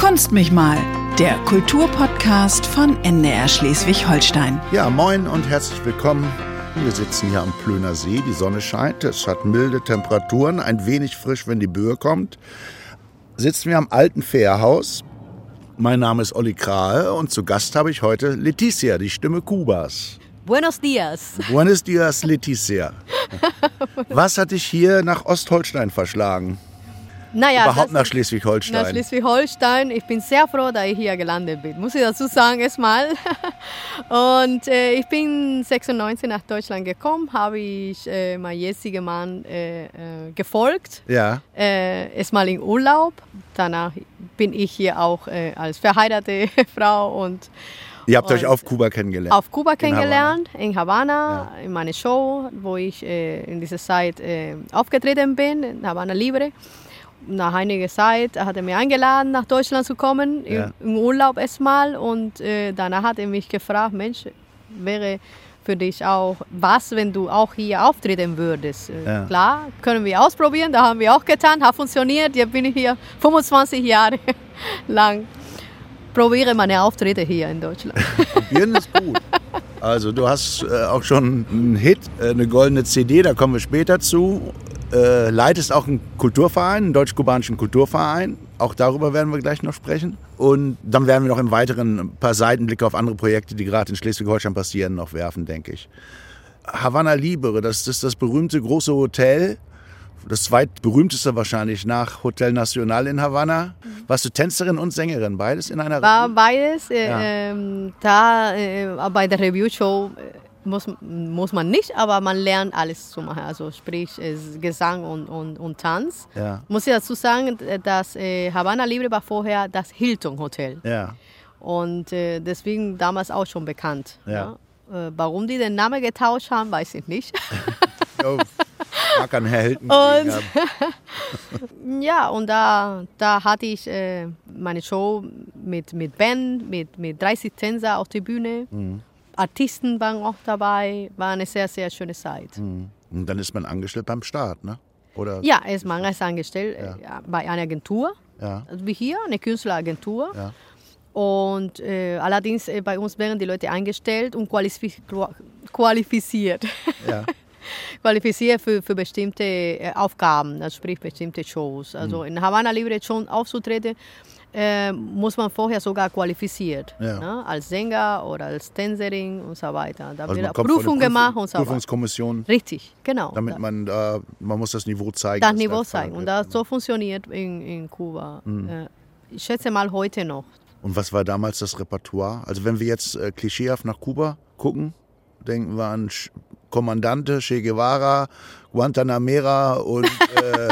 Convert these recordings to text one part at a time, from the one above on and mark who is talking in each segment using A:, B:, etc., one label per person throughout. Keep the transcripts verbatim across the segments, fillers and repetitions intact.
A: Kunst mich mal, der Kulturpodcast von N D R Schleswig-Holstein.
B: Ja, moin und herzlich willkommen. Wir sitzen hier am Plöner See, die Sonne scheint, es hat milde Temperaturen, ein wenig frisch, wenn die Böe kommt. Sitzen wir am alten Fährhaus. Mein Name ist Olli Krahe und zu Gast habe ich heute Leticia, die Stimme Kubas.
C: Buenos dias.
B: Buenos dias, Leticia. Was hat dich hier nach Ostholstein verschlagen?
C: Naja,
B: Überhaupt nach Schleswig-Holstein?
C: Nach Schleswig-Holstein. Ich bin sehr froh, dass ich hier gelandet bin, muss ich dazu sagen erstmal. Und äh, ich bin sechsundneunzig nach Deutschland gekommen, habe ich äh, meinen jetzigen Mann äh, äh, gefolgt.
B: Ja.
C: Äh, erstmal in Urlaub, danach bin ich hier auch äh, als verheiratete Frau und
B: Ihr habt
C: und
B: euch auf Kuba kennengelernt?
C: Auf Kuba kennengelernt,
B: in Havanna,
C: in Havanna
B: ja.
C: in meiner Show, wo ich äh, in dieser Zeit äh, aufgetreten bin, in Havanna Libre. Nach einiger Zeit hat er mich eingeladen, nach Deutschland zu kommen, ja. im, im Urlaub erstmal. Und äh, danach hat er mich gefragt, Mensch, wäre für dich auch was, wenn du auch hier auftreten würdest? Ja. Klar, können wir ausprobieren, da haben wir auch getan, hat funktioniert. Jetzt bin ich hier fünfundzwanzig Jahre lang. Probiere meine Auftritte hier in Deutschland.
B: Probieren ist gut. Also du hast äh, auch schon einen Hit, äh, eine goldene C D, da kommen wir später zu. Äh, leitest auch einen Kulturverein, einen deutsch-kubanischen Kulturverein. Auch darüber werden wir gleich noch sprechen. Und dann werden wir noch im Weiteren ein paar Seitenblicke auf andere Projekte, die gerade in Schleswig-Holstein passieren, noch werfen, denke ich. Havanna Libre, das ist das berühmte große Hotel. Das zweitberühmteste wahrscheinlich nach Hotel Nacional in Havanna. Warst du Tänzerin und Sängerin, beides in einer
C: War beides. Äh,
B: ja.
C: ähm, da äh, bei der Review-Show muss, muss man nicht, aber man lernt alles zu machen. Also sprich äh, Gesang und, und, und Tanz.
B: Ja.
C: Muss ich dazu sagen, dass äh, Havanna Libre war vorher das Hilton Hotel.
B: Ja.
C: Und äh, deswegen damals auch schon bekannt.
B: Ja.
C: Ja? Äh, warum die den Namen getauscht haben, weiß ich nicht.
B: Oh. Mag an Herr Hilton
C: und ja, und da, da hatte ich äh, meine Show mit, mit Band, mit, mit dreißig Tänzer auf der Bühne. Mhm. Artisten waren auch dabei, war eine sehr, sehr schöne Zeit.
B: Mhm. Und dann ist man angestellt beim Staat, ne? Oder?
C: Ja, erstmal ist angestellt
B: ja.
C: äh, bei einer Agentur,
B: ja.
C: also wie hier, eine Künstleragentur.
B: Ja.
C: Und äh, allerdings äh, bei uns werden die Leute eingestellt und qualifiz- qualifiziert. Ja. qualifiziert für, für bestimmte äh, Aufgaben, also sprich bestimmte Shows. Also mhm. in Havanna Libre schon aufzutreten, äh, muss man vorher sogar qualifiziert,
B: ja.
C: ne? Als Sänger oder als Tänzerin und so weiter. Da
B: also
C: wird
B: Prüfung
C: gemacht und so weiter.
B: Prüfungskommission.
C: Richtig, genau.
B: Damit man, äh, man muss das Niveau zeigen.
C: Das Niveau zeigen und das so funktioniert in, in Kuba. Mhm. Äh, ich schätze mal heute noch.
B: Und was war damals das Repertoire? Also wenn wir jetzt äh, klischeehaft nach Kuba gucken, denken wir an Sch- Kommandante, Che Guevara, Guantanamera und äh,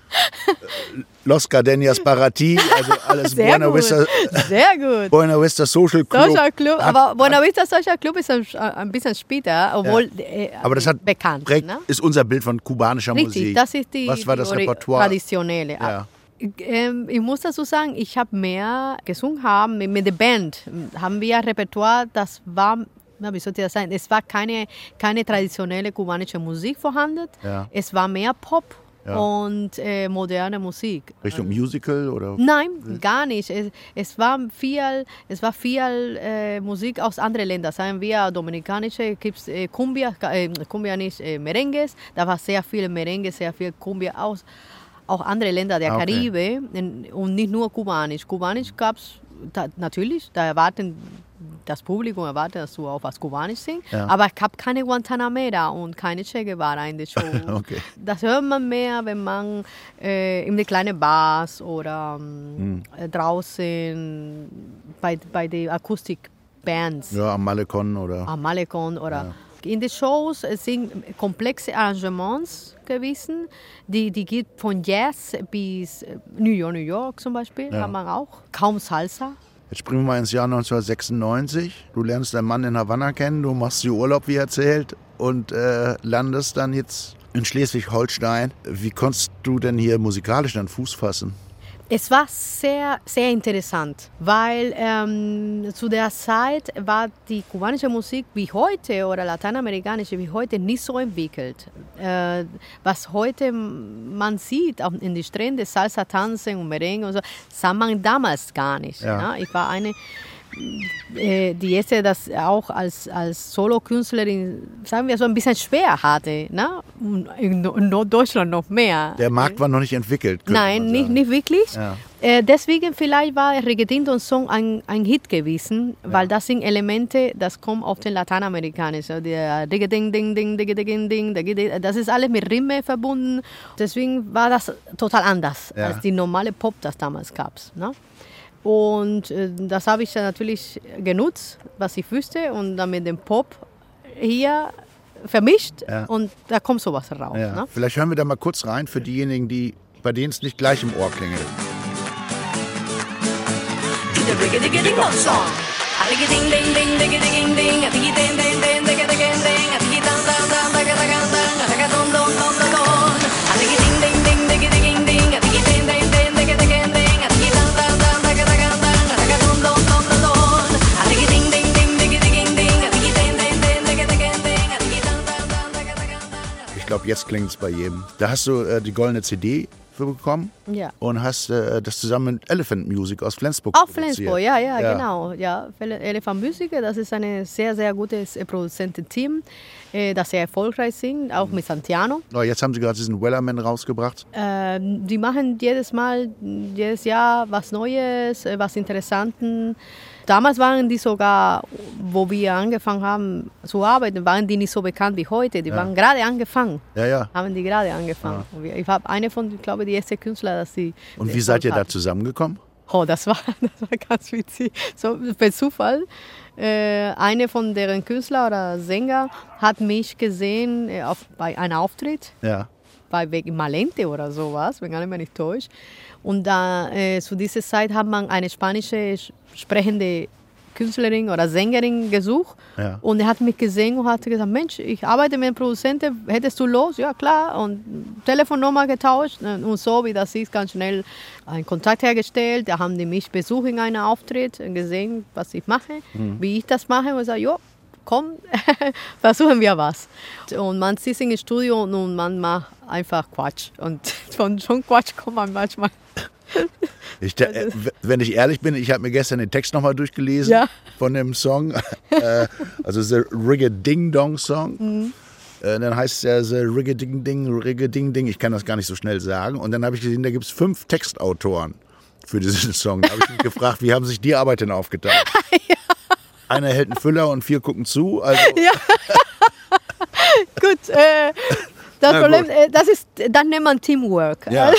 B: Los Gardenias Parati, also alles
C: Sehr
B: Buena
C: gut.
B: Vista,
C: Sehr gut.
B: Buena Vista Social Club.
C: Social Club, aber Buena Vista Social Club ist ein, ein bisschen später, obwohl
B: ja.
C: äh,
B: aber das hat
C: bekannt
B: prägt,
C: ne?
B: ist unser Bild von kubanischer
C: Richtig,
B: Musik.
C: das ist die,
B: was war das
C: die
B: Repertoire?
C: Traditionelle.
B: Ja.
C: Ähm, ich muss dazu sagen, ich habe mehr gesungen haben mit, mit der Band. Haben wir ein Repertoire, das war, na, wie sollte das sein? Es war keine, keine traditionelle kubanische Musik vorhanden.
B: Ja.
C: Es war mehr Pop
B: ja.
C: und äh, moderne Musik.
B: Richtung Musical oder?
C: Nein, gar nicht. Es, es war viel, es war viel äh, Musik aus anderen Ländern. Sagen wir dominikanische, gibt's äh, Cumbia, äh, Cumbia nicht, äh, Merengues. Da war sehr viel Merengue, sehr viel Cumbia aus. Auch andere Länder der
B: okay.
C: Karibe und nicht nur kubanisch. Kubanisch gab es natürlich, da erwarten das Publikum erwartet, dass du auch was Kubanisch singst,
B: ja.
C: aber es gab keine Guantanamera und keine Che Guevara in der Show.
B: Okay.
C: Das hört man mehr, wenn man äh, in den kleinen Bars oder ähm, hm. draußen bei, bei den Akustikbands.
B: Ja, am Malecon oder?
C: Am Malecon oder...
B: Ja.
C: In den Shows sind komplexe Arrangements gewesen, die, die geht von Jazz bis New York, New York zum Beispiel,
B: ja.
C: hat man auch. Kaum Salsa.
B: Jetzt springen wir mal ins Jahr neunzehnhundertsechsundneunzig. Du lernst deinen Mann in Havanna kennen, du machst hier Urlaub, wie erzählt, und äh, landest dann jetzt in Schleswig-Holstein. Wie konntest du denn hier musikalisch dann Fuß fassen?
C: Es war sehr, sehr interessant, weil ähm, zu der Zeit war die kubanische Musik wie heute oder lateinamerikanische wie heute nicht so entwickelt. Äh, was heute man sieht auch in den Stränden, Salsa tanzen und Merengue und so, sah man damals gar nicht.
B: Ja.
C: Ne? Ich war eine, äh, die erste, das auch als, als Solo-Künstlerin, sagen wir so, ein bisschen schwer hatte. Ne? In, in Norddeutschland noch mehr.
B: Der Markt war noch nicht entwickelt.
C: Nein, nicht, nicht wirklich.
B: Ja.
C: Äh, deswegen vielleicht war Reggaeton-Song ein, ein Hit gewesen, ja. weil das sind Elemente, das kommt auf den Lateinamerikanischen. Der Ding, Ding, Ding, Ding, Ding, Ding, das ist alles mit Rhythmen verbunden. Deswegen war das total anders ja. als die normale Pop, das damals gab. Ne? Und äh, das habe ich natürlich genutzt, was ich wüsste, und dann mit dem Pop hier vermischt ja. und da kommt sowas raus.
B: Ja.
C: Ne?
B: Vielleicht hören wir da mal kurz rein für diejenigen, die, bei denen es nicht gleich im Ohr klingelt. Ich glaube, jetzt klingt es bei jedem. Da hast du äh, die goldene C D für bekommen
C: ja.
B: und hast äh, das zusammen mit Elephant Music aus Flensburg
C: Auch
B: produziert.
C: Flensburg, ja, ja, ja, genau. Ja, Elephant Music, das ist ein sehr, sehr gutes Produzententeam, äh, das sehr erfolgreich sind, auch mit Santiano.
B: Oh, jetzt haben sie gerade diesen Wellerman rausgebracht.
C: Äh, die machen jedes Mal, jedes Jahr was Neues, was Interessantes. Damals waren die sogar, wo wir angefangen haben zu arbeiten, waren die nicht so bekannt wie heute. Die ja. waren gerade angefangen.
B: Ja, ja.
C: Haben die gerade angefangen. Ja. Ich habe eine von, ich glaube, die ersten Künstler, dass sie.
B: Und wie seid ihr da zusammengekommen?
C: Oh, das war, das war ganz witzig. So per Zufall. Äh, eine von deren Künstler oder Sänger hat mich gesehen äh, auf, bei einem Auftritt.
B: Ja.
C: Bei Weg Malente oder sowas, wenn gar nicht mehr nicht täuscht. Und da, äh, zu dieser Zeit hat man eine spanische sprechende Künstlerin oder Sängerin gesucht. Ja. Und er hat mich gesehen und hat gesagt, Mensch, ich arbeite mit einem Produzenten, hättest du los? Ja, klar. Und Telefonnummer getauscht. Und so, wie das ist, ganz schnell einen Kontakt hergestellt. Da haben die mich besucht in einem Auftritt und gesehen, was ich mache, mhm. wie ich das mache. Und ich sage, ja, komm, versuchen wir was. Und man sitzt im Studio und man macht einfach Quatsch. Und von schon Quatsch kommt man manchmal.
B: Ich, äh, wenn ich ehrlich bin, ich habe mir gestern den Text nochmal durchgelesen ja. von dem Song. äh, also The Rig-a-Ding-Dong-Song. Mhm. Äh, dann heißt es ja The Rig-a-Ding-Ding, Rig-a-Ding-Ding. Ich kann das gar nicht so schnell sagen. Und dann habe ich gesehen, da gibt es fünf Textautoren für diesen Song. Da habe ich mich gefragt, wie haben sich die Arbeit denn aufgeteilt? ja. Einer hält einen Füller und vier gucken zu. Also
C: ja. Gut, äh, das Na Problem, gut. Äh, das ist, dann nennt man Teamwork.
B: Ja.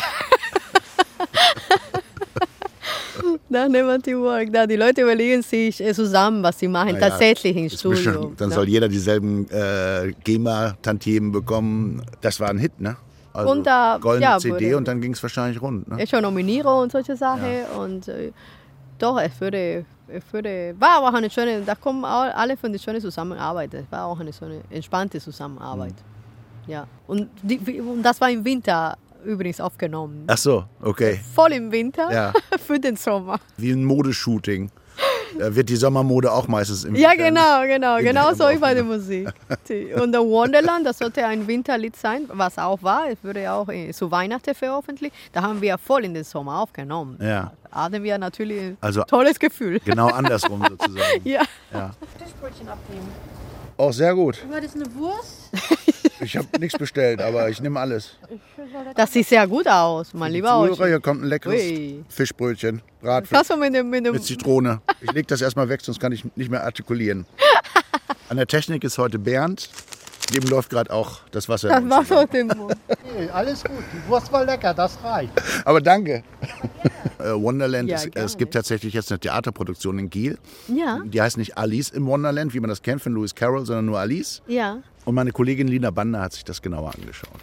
C: Dann nennt man Teamwork. Da die Leute überlegen sich zusammen, was sie machen, ja, tatsächlich im Studio.
B: Schon, dann
C: ja.
B: soll jeder dieselben äh, GEMA-Tantiemen bekommen. Das war ein Hit, ne? Also
C: und da,
B: goldene
C: ja,
B: C D und dann ging es wahrscheinlich rund. Ne?
C: Ich schon Nominierung und solche Sachen. Ja. Und äh, doch, es würde, es würde, war auch eine schöne, da kommen alle von der schönen Zusammenarbeit. Es war auch eine schöne, entspannte Zusammenarbeit. Mhm. Ja. Und, die, und das war im Winter übrigens aufgenommen.
B: Ach so, okay.
C: Voll im Winter
B: ja.
C: für den Sommer.
B: Wie ein Modeshooting. Da wird die Sommermode auch meistens im Winter.
C: Ja, genau, genau. Genau so ist bei der Musik. Und der Wonderland, das sollte ein Winterlied sein, was auch war. Es wurde auch zu Weihnachten veröffentlicht. Da haben wir voll in den Sommer aufgenommen.
B: Ja.
C: Da hatten wir natürlich ein
B: also
C: tolles Gefühl.
B: Genau andersrum sozusagen.
C: ja.
B: ja.
C: Fischbrötchen abnehmen.
B: Oh, sehr gut.
C: War das eine Wurst?
B: Ich habe nichts bestellt, aber ich nehme alles.
C: Das sieht sehr gut aus, mein lieber Eugen.
B: Hier kommt ein leckeres Ui. Fischbrötchen, Bratfisch
C: mit, dem, mit, dem
B: mit Zitrone. Ich lege das erstmal weg, sonst kann ich nicht mehr artikulieren. An der Technik ist heute Bernd. Dem läuft gerade auch das Wasser
C: Das Wasser aus dem Mund.
D: Nee, alles gut, die Wurst war lecker, das reicht.
B: Aber danke. äh, Wonderland,
C: Ja,
B: ist, es gibt tatsächlich jetzt eine Theaterproduktion in Kiel.
C: Ja.
B: Die heißt nicht Alice im Wonderland, wie man das kennt von Lewis Carroll, sondern nur Alice.
C: Ja.
B: Und meine Kollegin Lina Bander hat sich das genauer angeschaut.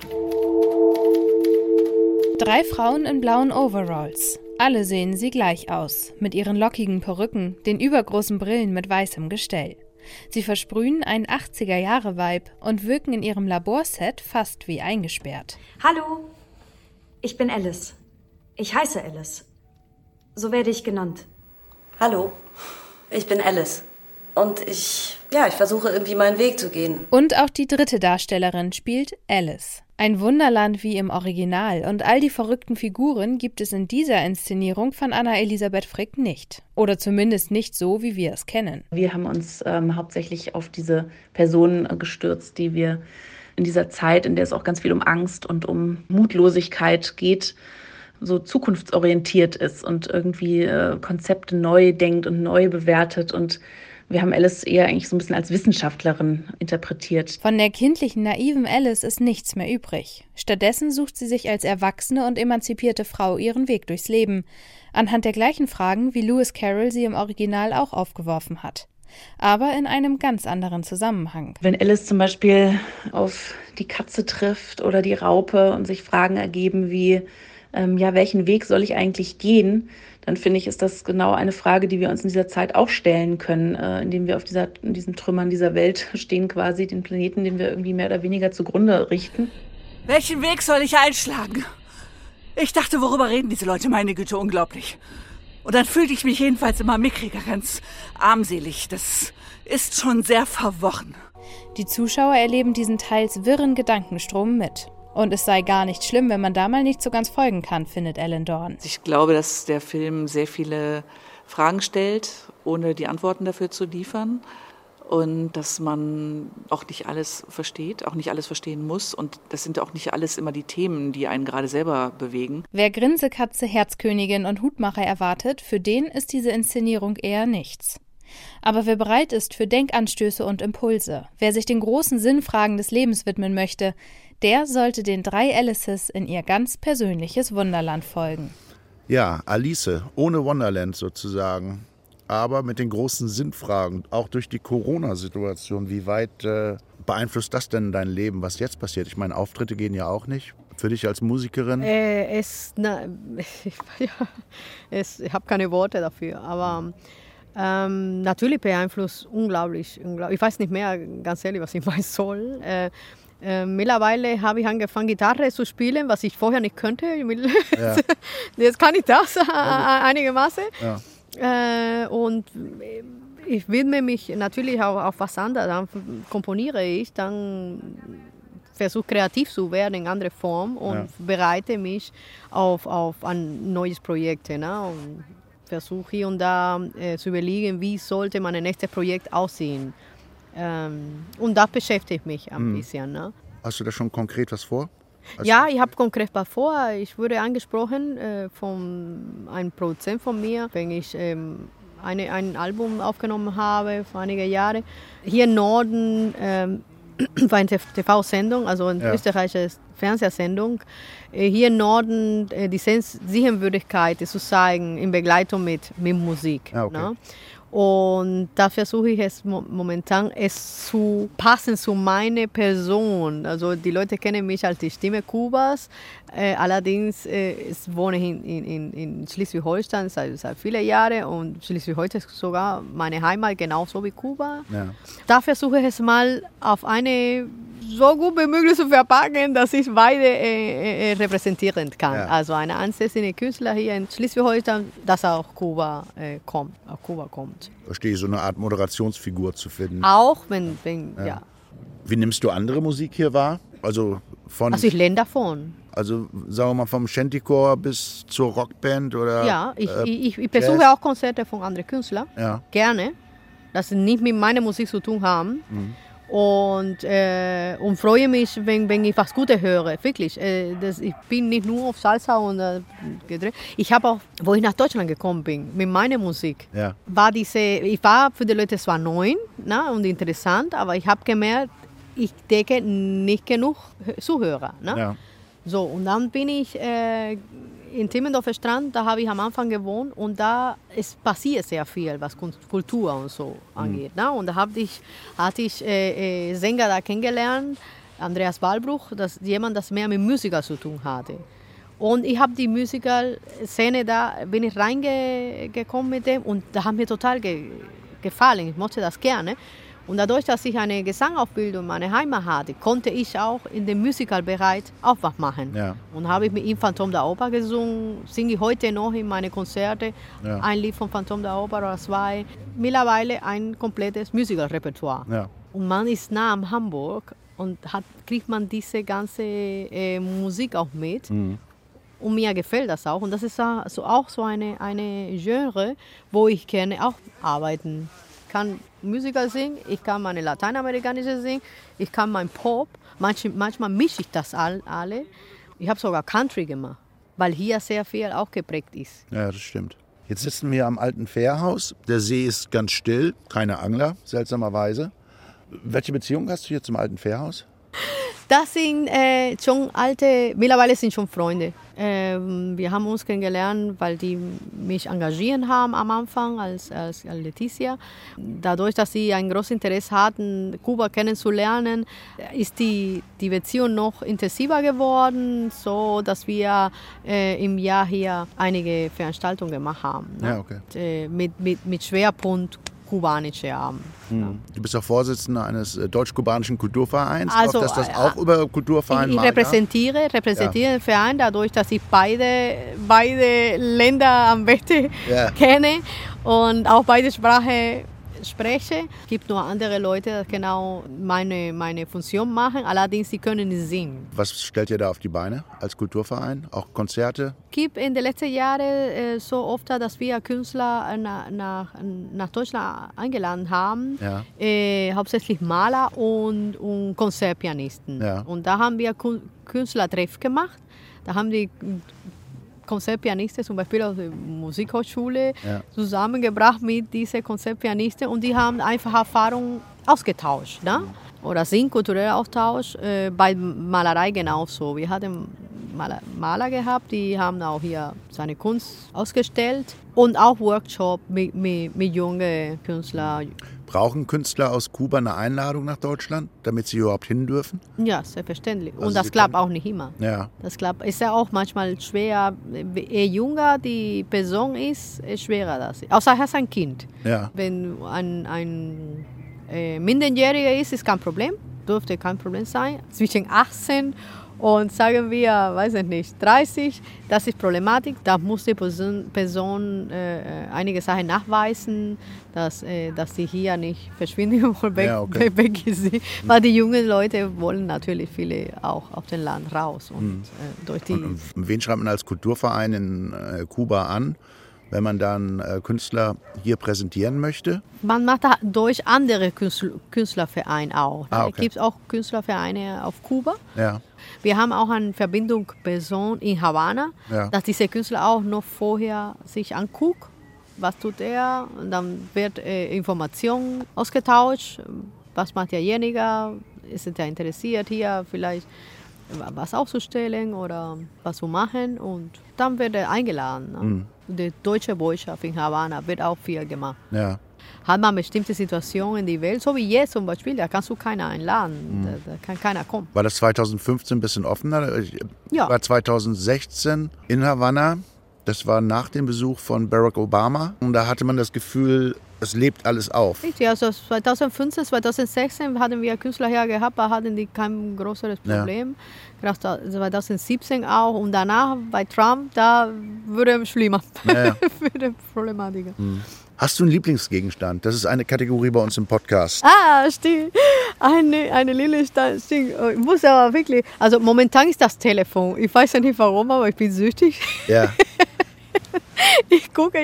E: Drei Frauen in blauen Overalls. Alle sehen sie gleich aus, mit ihren lockigen Perücken, den übergroßen Brillen mit weißem Gestell. Sie versprühen einen achtziger-Jahre-Vibe und wirken in ihrem Laborset fast wie eingesperrt.
F: Hallo, ich bin Alice. Ich heiße Alice. So werde ich genannt.
G: Hallo, ich bin Alice. Und ich, ja, ich versuche irgendwie meinen Weg zu gehen.
E: Und auch die dritte Darstellerin spielt Alice. Ein Wunderland wie im Original und all die verrückten Figuren gibt es in dieser Inszenierung von Anna Elisabeth Frick nicht. Oder zumindest nicht so, wie wir es kennen.
H: Wir haben uns ähm, hauptsächlich auf diese Personen äh, gestürzt, die wir in dieser Zeit, in der es auch ganz viel um Angst und um Mutlosigkeit geht, so zukunftsorientiert ist und irgendwie äh, Konzepte neu denkt und neu bewertet. Und wir haben Alice eher eigentlich so ein bisschen als Wissenschaftlerin interpretiert.
E: Von der kindlichen, naiven Alice ist nichts mehr übrig. Stattdessen sucht sie sich als erwachsene und emanzipierte Frau ihren Weg durchs Leben. Anhand der gleichen Fragen, wie Lewis Carroll sie im Original auch aufgeworfen hat. Aber in einem ganz anderen Zusammenhang.
H: Wenn Alice zum Beispiel auf die Katze trifft oder die Raupe und sich Fragen ergeben wie, ähm, ja, welchen Weg soll ich eigentlich gehen, dann finde ich, ist das genau eine Frage, die wir uns in dieser Zeit auch stellen können, äh, indem wir auf dieser, in diesen Trümmern dieser Welt stehen, quasi den Planeten, den wir irgendwie mehr oder weniger zugrunde richten.
I: Welchen Weg soll ich einschlagen? Ich dachte, worüber reden diese Leute? Meine Güte, unglaublich. Und dann fühlte ich mich jedenfalls immer mickriger, ganz armselig. Das ist schon sehr verworren.
E: Die Zuschauer erleben diesen teils wirren Gedankenstrom mit. Und es sei gar nicht schlimm, wenn man da mal nicht so ganz folgen kann, findet Ellen Dorn.
J: Ich glaube, dass der Film sehr viele Fragen stellt, ohne die Antworten dafür zu liefern. Und dass man auch nicht alles versteht, auch nicht alles verstehen muss. Und das sind auch nicht alles immer die Themen, die einen gerade selber bewegen.
E: Wer Grinsekatze, Herzkönigin und Hutmacher erwartet, für den ist diese Inszenierung eher nichts. Aber wer bereit ist für Denkanstöße und Impulse, wer sich den großen Sinnfragen des Lebens widmen möchte, der sollte den drei Alices in ihr ganz persönliches Wunderland folgen.
B: Ja, Alice, ohne Wonderland sozusagen, aber mit den großen Sinnfragen, auch durch die Corona-Situation. Wie weit äh, beeinflusst das denn dein Leben, was jetzt passiert? Ich meine, Auftritte gehen ja auch nicht. Für dich als Musikerin?
C: Äh, es, na, ja, es, ich habe keine Worte dafür, aber ähm, natürlich beeinflusst unglaublich, unglaublich. Ich weiß nicht mehr, ganz ehrlich, was ich meinen soll. Äh, Äh, mittlerweile habe ich angefangen, Gitarre zu spielen, was ich vorher nicht könnte. Ja. Jetzt kann ich das einigermaßen. Ja. Äh, und ich widme mich natürlich auch auf was anderes. Dann komponiere ich, dann versuche kreativ zu werden in anderer Form und ja. bereite mich auf, auf ein neues Projekt. Ne? Und versuche hier und da äh, zu überlegen, wie sollte mein nächstes Projekt aussehen. Ähm, und das beschäftigt mich ein hm. bisschen. Ne?
B: Hast du da schon konkret was vor? Hast
C: ja, ich habe konkret was vor. Ich wurde angesprochen äh, von einem Produzent von mir, wenn ich ähm, eine, ein Album aufgenommen habe vor einigen Jahren. Hier im Norden ähm, war eine T V-Sendung, also eine ja. österreichische Fernsehsendung. Äh, hier im Norden äh, die Sehenswürdigkeit zu zeigen in Begleitung mit, mit Musik.
B: Ah, okay.
C: Ne? Und da versuche ich es momentan, es zu passen zu meiner Person. Also die Leute kennen mich als die Stimme Kubas. Äh, allerdings äh, ich wohne ich in, in, in Schleswig-Holstein seit, seit vielen Jahren und Schleswig-Holstein ist sogar meine Heimat, genauso wie Kuba. Ja. Da versuche ich es mal auf eine so gut wie möglich zu verpacken, dass ich beide äh, äh, repräsentieren kann. Ja. Also eine ansässige Künstler hier in Schleswig-Holstein, dass auch Kuba äh, kommt, auf Kuba kommt.
B: Verstehe, so eine Art Moderationsfigur zu finden.
C: Auch wenn, wenn ja. ja.
B: Wie nimmst du andere Musik hier wahr? Also von.
C: Also ich lerne davon.
B: Also sagen wir mal vom Shantycore bis zur Rockband oder.
C: Ja, ich, äh, ich, ich besuche Jazz. Auch Konzerte von anderen Künstlern. Ja. Gerne. Das nicht mit meiner Musik zu tun haben. Mhm. Und, äh, und freue mich, wenn, wenn ich was Gutes höre, wirklich. Äh, das, ich bin nicht nur auf Salsa und äh, gedreht. Ich habe auch, wo ich nach Deutschland gekommen bin, mit meiner Musik, ja. war diese, ich war für die Leute zwar neu, ne, und interessant, aber ich habe gemerkt, ich decke nicht genug Zuhörer. Ne? Ja. So, und dann bin ich äh, in Timmendorfer Strand, da habe ich am Anfang gewohnt und da es passiert sehr viel, was Kultur und so angeht. Mhm. Ne? Und da hatte ich, hatte ich äh, äh, Sänger da kennengelernt, Andreas Wallbruch, das jemand, das mehr mit Musiker zu tun hatte. Und ich habe die Musikerszene da, bin ich reingekommen mit dem und da hat mir total ge gefallen, ich mochte das gerne. Und dadurch, dass ich eine Gesangausbildung in meiner Heimat hatte, konnte ich auch in dem Musicalbereich auch was machen.
B: Ja.
C: Und habe ich mit ihm Phantom der Oper gesungen, singe ich heute noch in meine Konzerte,
B: ja.
C: ein Lied von Phantom der Oper oder zwei. Mittlerweile ein komplettes Musical-Repertoire.
B: Ja. Und
C: man ist nah am Hamburg und hat, kriegt man diese ganze äh, Musik auch mit. Mhm. Und mir gefällt das auch. Und das ist so auch so eine, eine Genre, wo ich gerne auch arbeiten kann. Musical singen, ich kann meine lateinamerikanische singen, ich kann mein Pop. Manch, manchmal mische ich das all, alle. Ich habe sogar Country gemacht, weil hier sehr viel auch geprägt ist.
B: Ja, das stimmt. Jetzt sitzen wir am alten Fährhaus. Der See ist ganz still, keine Angler, seltsamerweise. Welche Beziehung hast du hier zum alten Fährhaus?
C: Das sind äh, schon alte, mittlerweile sind schon Freunde. Ähm, wir haben uns kennengelernt, weil die mich engagiert haben am Anfang als, als, als Letizia. Dadurch, dass sie ein großes Interesse hatten, Kuba kennenzulernen, ist die, die Beziehung noch intensiver geworden, so dass wir äh, im Jahr hier einige Veranstaltungen gemacht haben. Ne?
B: Ja, okay.
C: Und, äh, mit, mit, mit Schwerpunkt kubanische Abend.
B: Hm. Ja. Du bist auch Vorsitzende eines äh, deutsch-kubanischen Kulturvereins.
C: Also,
B: Dass das auch über Kulturverein
C: Ich, ich repräsentiere, ja? repräsentiere ja. den Verein, dadurch, dass ich beide, beide Länder am besten ja. kenne und auch beide Sprachen spreche. Es gibt nur andere Leute, die genau meine, meine Funktion machen, allerdings sie können nicht singen.
B: Was stellt ihr da auf die Beine als Kulturverein? Auch Konzerte?
C: Es gibt in den letzten Jahren äh, so oft, dass wir Künstler nach, nach, nach Deutschland eingeladen haben,
B: ja.
C: äh, hauptsächlich Maler und, und Konzertpianisten.
B: Ja.
C: Und da haben wir Künstlertreff gemacht. Da haben die Konzertpianisten, zum Beispiel aus der Musikhochschule, ja. zusammengebracht mit diesen Konzertpianisten und die haben einfach Erfahrungen ausgetauscht. Ne? Oder sind kultureller Austausch, äh, bei Malerei genauso. Wir hatten Maler, Maler gehabt, die haben auch hier seine Kunst ausgestellt und auch Workshop mit, mit, mit jungen Künstlern.
B: Brauchen Künstler aus Kuba eine Einladung nach Deutschland, damit sie überhaupt hin dürfen?
C: Ja, selbstverständlich.
B: Also
C: und das klappt auch nicht immer.
B: Ja.
C: Das klappt. Ist ja auch manchmal schwer. Je jünger die Person ist, ist schwerer das. Außer er ist ein Kind.
B: Ja.
C: Wenn ein, ein äh, Minderjähriger ist, ist kein Problem. Dürfte kein Problem sein. Zwischen achtzehn und sagen wir, weiß ich nicht, dreißig, das ist Problematik. Da muss die Person, Person äh, einige Sachen nachweisen, dass, äh, dass sie hier nicht verschwinden und weg,
B: ja, okay.
C: weg sind. Weil die jungen Leute wollen natürlich viele auch auf den Land raus. Und, hm. äh, durch die
B: und, und wen schreibt man als Kulturverein in äh, Kuba an, wenn man dann äh, Künstler hier präsentieren möchte?
C: Man macht das durch andere Künstler, Künstlervereine auch.
B: Ah, okay.
C: Es gibt auch Künstlervereine auf Kuba.
B: Ja.
C: Wir haben auch eine Verbindung Person in Havanna,
B: ja.
C: dass diese Künstler auch noch vorher sich anguckt, was tut er, und dann wird äh, Information ausgetauscht, was macht derjenige, ist er interessiert hier vielleicht was auszustellen oder was zu machen, und dann wird er eingeladen. Ne? Mhm. Die deutsche Botschaft in Havanna wird auch viel gemacht.
B: Ja.
C: Hat man bestimmte Situationen in der Welt, so wie jetzt zum Beispiel, da kannst du keiner einladen, mhm. da, da kann keiner kommen.
B: War das zweitausendfünfzehn ein bisschen offener? Ich
C: ja.
B: war zweitausendsechzehn in Havanna, das war nach dem Besuch von Barack Obama, und da hatte man das Gefühl, es lebt alles auf.
C: Richtig, also zweitausendfünfzehn, zweitausendsechzehn hatten wir Künstler hier gehabt, da hatten die kein größeres Problem. Ja. zweitausendsiebzehn auch, und danach bei Trump, da wurde es schlimmer,
B: ja, ja.
C: würde Problematik.
B: Hm. Hast du einen Lieblingsgegenstand? Das ist eine Kategorie bei uns im Podcast.
C: Ah, stimmt. Eine, eine Lieblingsgegenstand, stimmt. Ich muss aber wirklich, also momentan ist das Telefon. Ich weiß ja nicht warum, aber ich bin süchtig.
B: Ja.
C: Ich gucke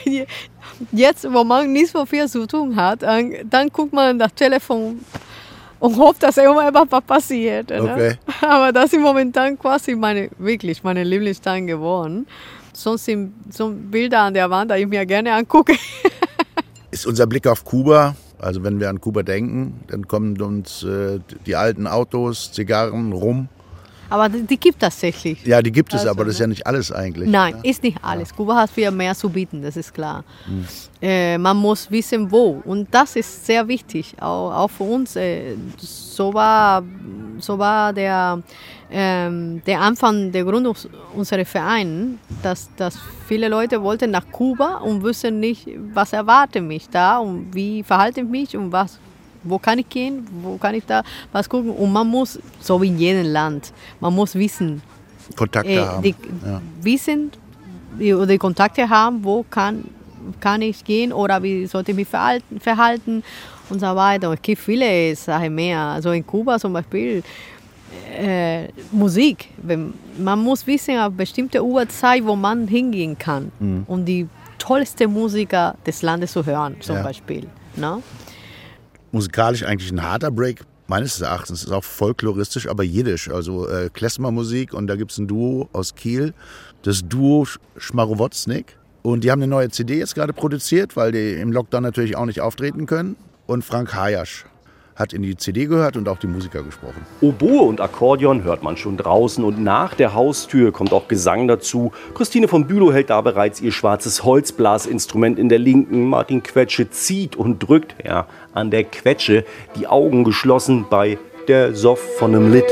C: jetzt, wo man nicht so viel zu tun hat, dann guckt man das Telefon und hofft, dass irgendwas passiert.
B: Okay.
C: Ne? Aber das ist momentan quasi meine, wirklich meine Lieblingsgegenstand geworden. Sonst sind so Bilder an der Wand, die ich mir gerne angucke.
B: Ist unser Blick auf Kuba, also wenn wir an Kuba denken, dann kommen uns äh, die alten Autos, Zigarren, Rum.
C: Aber die, die gibt es tatsächlich.
B: Ja, die gibt es, also, aber das ist
C: ne?
B: ja nicht alles eigentlich.
C: Nein,
B: ne?
C: ist nicht alles.
B: Ja.
C: Kuba hat viel mehr zu bieten, das ist klar. Hm. Äh, man muss wissen, wo. Und das ist sehr wichtig, auch, auch für uns. Äh, so war, so war der, ähm, der Anfang der Gründung unseres Vereins, dass, dass viele Leute wollten nach Kuba und wussten nicht, was erwartet mich da und wie verhalte ich mich und was wo kann ich gehen, wo kann ich da was gucken. Und man muss, so wie in jedem Land, man muss wissen,
B: Kontakte
C: äh,
B: haben.
C: Die,
B: ja.
C: Wissen, die, oder die Kontakte haben, wo kann, kann ich gehen oder wie sollte ich mich verhalten, verhalten und so weiter. Und es gibt viele Sachen mehr. Also in Kuba zum Beispiel, Äh, Musik. Man muss wissen, auf bestimmte Uhrzeit, wo man hingehen kann, mhm. um die tollsten Musiker des Landes zu hören, zum ja. Beispiel. No?
B: Musikalisch eigentlich ein harter Break, meines Erachtens. Ist auch folkloristisch, aber jiddisch. Also äh, Klezmermusik, und da gibt es ein Duo aus Kiel, das Duo Schmarowoznik. Und die haben eine neue C D jetzt gerade produziert, weil die im Lockdown natürlich auch nicht auftreten können. Und Frank Hayasch hat in die C D gehört und auch die Musiker gesprochen.
F: Oboe und Akkordeon hört man schon draußen, und nach der Haustür kommt auch Gesang dazu. Christine von Bülow hält da bereits ihr schwarzes Holzblasinstrument in der linken. Martin Quetsche zieht und drückt, ja, an der Quetsche, die Augen geschlossen bei der Soff von nem Lied.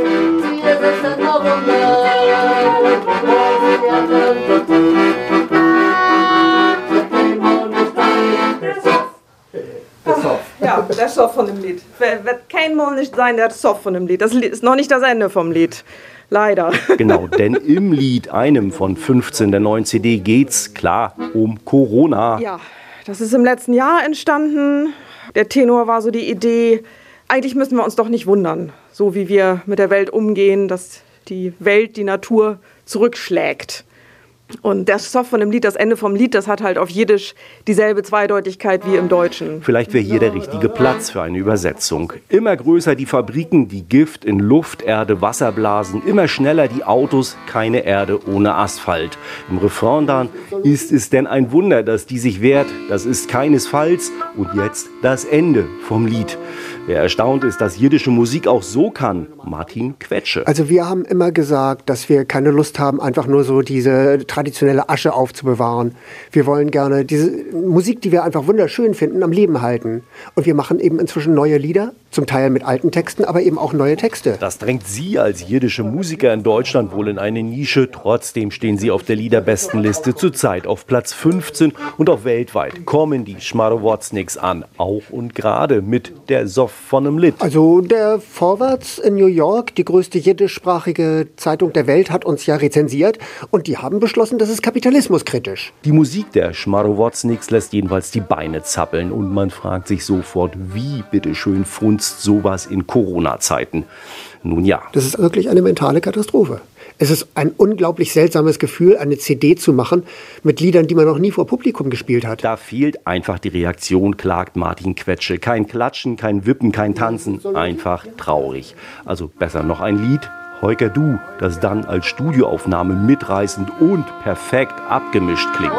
K: Ja, der Soff von dem Lied. Wird kein Mal nicht sein, der Soff von dem Lied. Das ist noch nicht das Ende vom Lied. Leider.
F: Genau, denn im Lied, einem von fünfzehn der neuen C D, geht's klar um Corona.
K: Ja, das ist im letzten Jahr entstanden. Der Tenor war so die Idee, eigentlich müssen wir uns doch nicht wundern, so wie wir mit der Welt umgehen, dass die Welt, die Natur zurückschlägt. Und der Soff von dem Lied, das Ende vom Lied, das hat halt auf Jiddisch dieselbe Zweideutigkeit wie im Deutschen.
F: Vielleicht wäre hier der richtige Platz für eine Übersetzung. Immer größer die Fabriken, die Gift in Luft, Erde, Wasser blasen. Immer schneller die Autos, keine Erde ohne Asphalt. Im Refrain dann: Ist es denn ein Wunder, dass die sich wehrt? Das ist keinesfalls. Und jetzt das Ende vom Lied. Wer erstaunt ist, dass jiddische Musik auch so kann: Martin Quetsche.
L: Also wir haben immer gesagt, dass wir keine Lust haben, einfach nur so diese traditionelle Asche aufzubewahren. Wir wollen gerne diese Musik, die wir einfach wunderschön finden, am Leben halten. Und wir machen eben inzwischen neue Lieder, zum Teil mit alten Texten, aber eben auch neue Texte.
F: Das drängt Sie als jiddische Musiker in Deutschland wohl in eine Nische. Trotzdem stehen Sie auf der Liederbestenliste zurzeit auf Platz fünfzehn, und auch weltweit kommen die Schmarowozniks an. Auch und gerade mit der Soff von nem Lied.
L: Also der Vorwärts in New York, die größte jiddischsprachige Zeitung der Welt, hat uns ja rezensiert, und die haben beschlossen, das ist kapitalismuskritisch.
F: Die Musik der Schmarowozniks lässt jedenfalls die Beine zappeln, und man fragt sich sofort, wie bitteschön funzt sowas in Corona-Zeiten? Nun ja.
L: Das ist wirklich eine mentale Katastrophe. Es ist ein unglaublich seltsames Gefühl, eine C D zu machen mit Liedern, die man noch nie vor Publikum gespielt hat.
F: Da fehlt einfach die Reaktion, klagt Martin Quetsche. Kein Klatschen, kein Wippen, kein Tanzen, einfach traurig. Also besser noch ein Lied, Heuker Du, das dann als Studioaufnahme mitreißend und perfekt abgemischt klingt.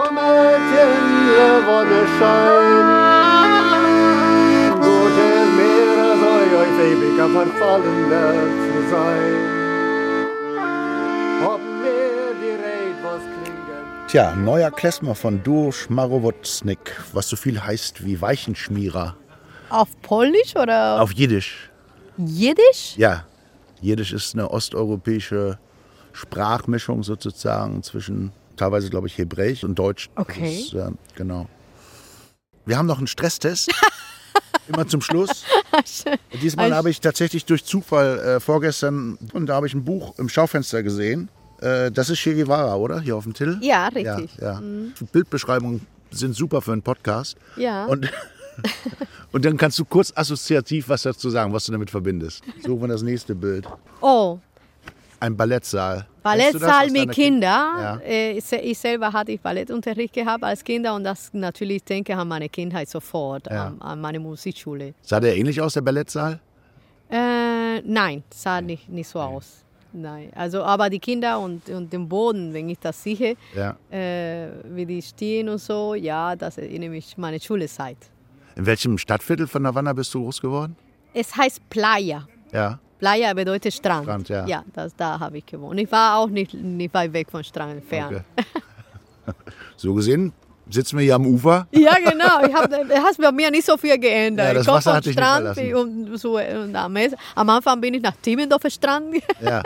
B: Tja, neuer Klezmer von Duo Schmarowoznik, was so viel heißt wie Weichenschmierer.
C: Auf Polnisch oder?
B: Auf Jiddisch.
C: Jiddisch?
B: Ja, Jiddisch ist eine osteuropäische Sprachmischung sozusagen zwischen teilweise, glaube ich, Hebräisch und Deutsch.
C: Okay.
B: Ist, äh, genau. Wir haben noch einen Stresstest. Immer zum Schluss. Diesmal habe ich tatsächlich durch Zufall äh, vorgestern, und da habe ich ein Buch im Schaufenster gesehen. Äh, das ist Che Guevara, oder? Hier auf dem Titel?
C: Ja, richtig.
B: Ja, ja.
C: Mhm.
B: Bildbeschreibungen sind super für einen Podcast.
C: Ja.
B: Und, und dann kannst du kurz assoziativ was dazu sagen, was du damit verbindest. Suchen wir das nächste Bild.
C: Oh.
B: Ein Ballettsaal.
C: Ballettsaal mit Kindern.
B: Ja.
C: Ich selber hatte Ballettunterricht gehabt als Kinder, und das natürlich denke ich an meine Kindheit sofort, ja. an, an meine Musikschule.
B: Sah der ähnlich aus, der Ballettsaal?
C: Äh, nein, sah nicht, nicht so okay. aus. Nein, also aber die Kinder und, und den Boden, wenn ich das sehe,
B: ja.
C: äh, wie die stehen und so, ja, das erinnert mich an meine Schulzeit.
B: In welchem Stadtviertel von Havanna bist du groß geworden?
C: Es heißt Playa.
B: Ja.
C: Playa bedeutet Strand.
B: Strand, ja.
C: Ja, das, da habe ich gewohnt. Ich war auch nicht, nicht weit weg vom Strand entfernt.
B: Okay. So gesehen sitzen wir hier am Ufer.
C: Ja, genau. Ich hab, das hat bei mir nicht so viel geändert.
B: Ja, das
C: ich komme
B: Wasser
C: vom
B: hat dich
C: Strand
B: nicht
C: und so, und am, am Anfang bin ich nach Timmendorfer Strand.
B: Ja.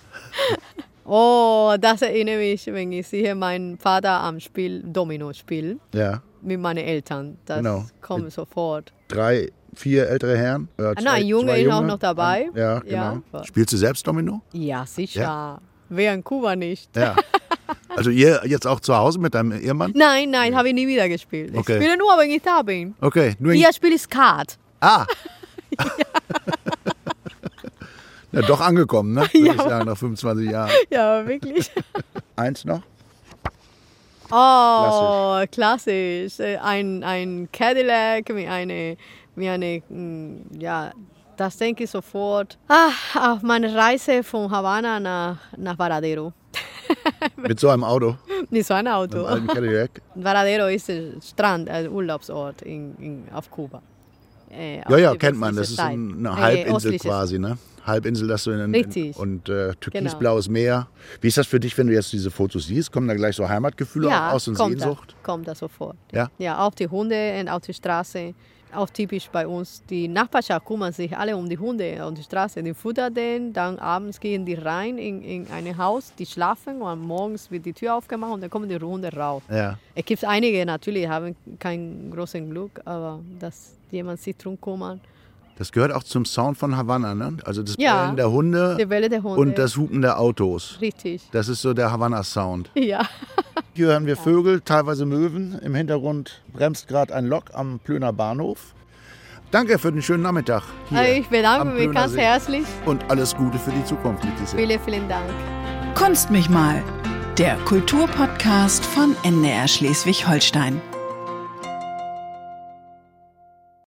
C: Oh, das erinnert mich, wenn ich sehe meinen Vater am Spiel, Domino spielen.
B: Ja.
C: Mit meinen Eltern. Das
B: genau.
C: kommt sofort.
B: drei, vier ältere Herren. Äh,
C: ah,
B: zwei,
C: nein, ein Junge ist
B: Junge.
C: auch noch dabei.
B: Ja, genau.
C: Ja.
B: Spielst du selbst Domino?
C: Ja, sicher.
B: Ja.
C: Wer in Kuba nicht.
B: Ja. Also ihr jetzt auch zu Hause mit deinem Ehemann?
C: Nein, nein, habe ich nie wieder gespielt.
B: Okay.
C: Ich spiele nur, wenn ich da bin.
B: Okay. Nur
C: Hier spiele ich Skat.
B: Ah. ja. Ja, doch angekommen, ne? Würde
C: ja.
B: ich sagen, nach fünfundzwanzig Jahren.
C: Ja, wirklich.
B: Eins noch?
C: Oh, klassisch. klassisch. Ein, ein Cadillac mit einer, mit eine, ja, das denke ich sofort. Ah, auf meine Reise von Havanna nach, nach Varadero.
B: Mit so einem Auto?
C: Mit so einem Auto.
B: Einem Cadillac.
C: Varadero ist der Strand, ein Urlaubsort in, in, auf Kuba.
B: Äh, ja, ja, kennt man. Das ist eine Halbinsel äh, quasi, ne? Halbinsel, das so in, in und äh, türkisblaues genau. Meer. Wie ist das für dich, wenn du jetzt diese Fotos siehst? Kommen da gleich so Heimatgefühle
C: ja,
B: aus und
C: kommt
B: Sehnsucht?
C: Da, kommt da sofort.
B: Ja?
C: Ja, auch die Hunde und auf die Straße. Auch typisch bei uns. Die Nachbarschaft kümmern sich alle um die Hunde auf die Straße. Die futtern den, dann abends gehen die rein in, in ein Haus, die schlafen und morgens wird die Tür aufgemacht und dann kommen die Hunde raus.
B: Ja.
C: Es gibt einige natürlich, haben kein großes Glück, aber dass jemand sich drum kümmert.
B: Das gehört auch zum Sound von Havanna, ne? Also das
C: ja,
B: Bellen der Hunde,
C: die Welle der Hunde
B: und das Hupen der Autos.
C: Richtig.
B: Das ist so der Havanna-Sound.
C: Ja.
B: Hier hören wir Vögel, teilweise Möwen. Im Hintergrund bremst gerade ein Lok am Plöner Bahnhof. Danke für den schönen Nachmittag hier.
C: Ich bedanke mich ganz herzlich.
B: Und alles Gute für die Zukunft mit dieser.
C: Vielen, vielen Dank.
A: Kunst mich mal, der Kulturpodcast von N D R Schleswig-Holstein.